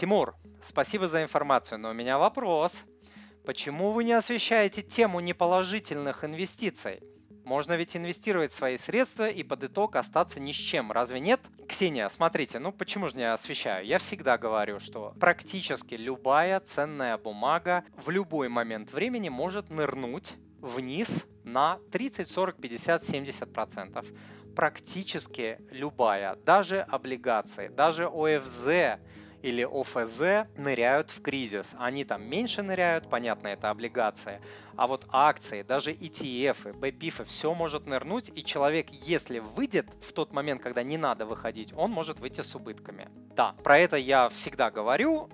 Тимур, спасибо за информацию, но у меня вопрос. Почему вы не освещаете тему неположительных инвестиций? Можно ведь инвестировать свои средства и под итог остаться ни с чем, разве нет? Ксения, смотрите, ну почему же не освещаю? Я всегда говорю, что практически любая ценная бумага в любой момент времени может нырнуть вниз на 30, 40, 50, 70%. Практически любая, даже облигации, даже ОФЗ или ОФЗ ныряют в кризис. Они там меньше ныряют, понятно, это облигации. А вот акции, даже ETF, BPIF, все может нырнуть, и человек, если выйдет в тот момент, когда не надо выходить, он может выйти с убытками. Да, про это я всегда говорю,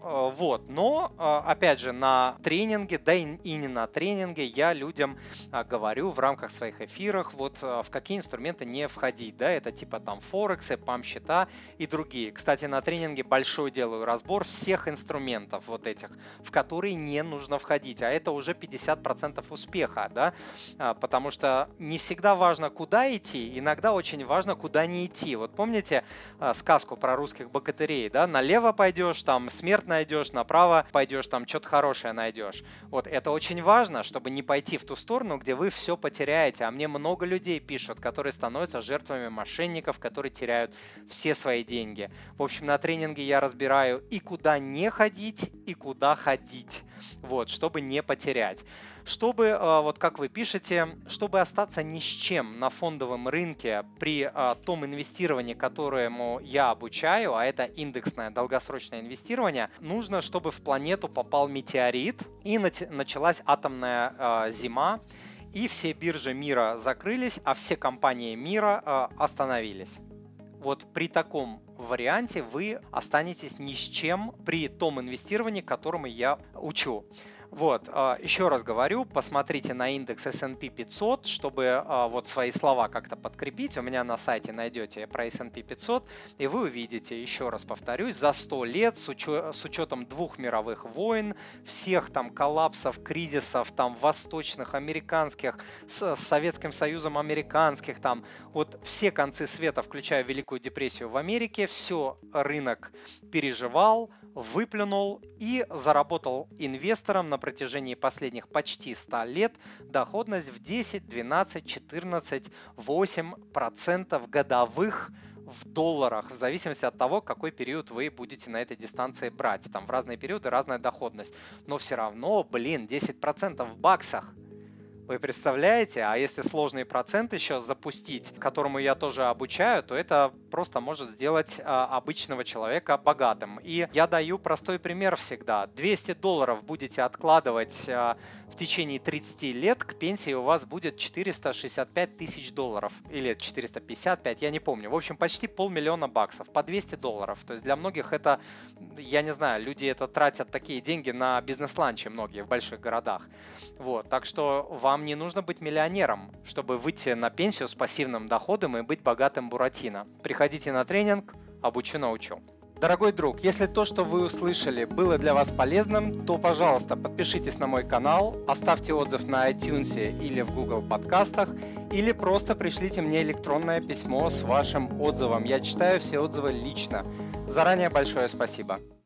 но опять же на тренинге, да и не на тренинге, я людям говорю в рамках своих эфиров, в какие инструменты не входить, да, это типа там Форексы, ПАМ-счета и другие. Кстати, на тренинге большой делаю разбор всех инструментов вот этих, в которые не нужно входить, а это уже 50% успеха, да, потому что не всегда важно, куда идти, иногда очень важно, куда не идти. Вот помните сказку про русских богатырей, да, налево пойдешь, там смерть найдешь, направо пойдешь, там что-то хорошее найдешь. Вот это очень важно, чтобы не пойти в ту сторону, где вы все потеряете, а мне много людей пишут, которые становятся жертвами мошенников, которые теряют все свои деньги. В общем, на тренинге я разбираю и куда не ходить, и куда ходить, чтобы не потерять. Чтобы, как вы пишете, чтобы остаться ни с чем на фондовом рынке при том инвестировании, которому я обучаю, а это индексное долгосрочное инвестирование, нужно, чтобы в планету попал метеорит и началась атомная зима, и все биржи мира закрылись, а все компании мира остановились. Вот при таком варианте вы останетесь ни с чем при том инвестировании, которому я учу. Еще раз говорю, посмотрите на индекс S&P 500, чтобы свои слова как-то подкрепить. У меня на сайте найдете про S&P 500, и вы увидите, еще раз повторюсь, за 100 лет с учетом 2 мировых войн, всех там коллапсов, кризисов, там восточных, американских, с Советским Союзом американских, там все концы света, включая Великую депрессию в Америке, все рынок переживал, выплюнул и заработал инвесторам на протяжении последних почти 100 лет доходность в 10, 12, 14, 8% годовых в долларах, в зависимости от того, какой период вы будете на этой дистанции брать. Там в разные периоды разная доходность. Но все равно, 10% в баксах. Вы представляете? А если сложный процент еще запустить, которому я тоже обучаю, то это просто может сделать обычного человека богатым. И я даю простой пример всегда. $200 будете откладывать в течение 30 лет, к пенсии у вас будет $465 тысяч. Или 455, я не помню. В общем, почти $500 000 по $200. То есть для многих это, я не знаю, люди это тратят такие деньги на бизнес-ланчи многие в больших городах. Так что вам не нужно быть миллионером, чтобы выйти на пенсию с пассивным доходом и быть богатым Буратино. Приходите на тренинг, обучу-научу. Дорогой друг, если то, что вы услышали, было для вас полезным, то, пожалуйста, подпишитесь на мой канал, оставьте отзыв на iTunes или в Google подкастах, или просто пришлите мне электронное письмо с вашим отзывом. Я читаю все отзывы лично. Заранее большое спасибо.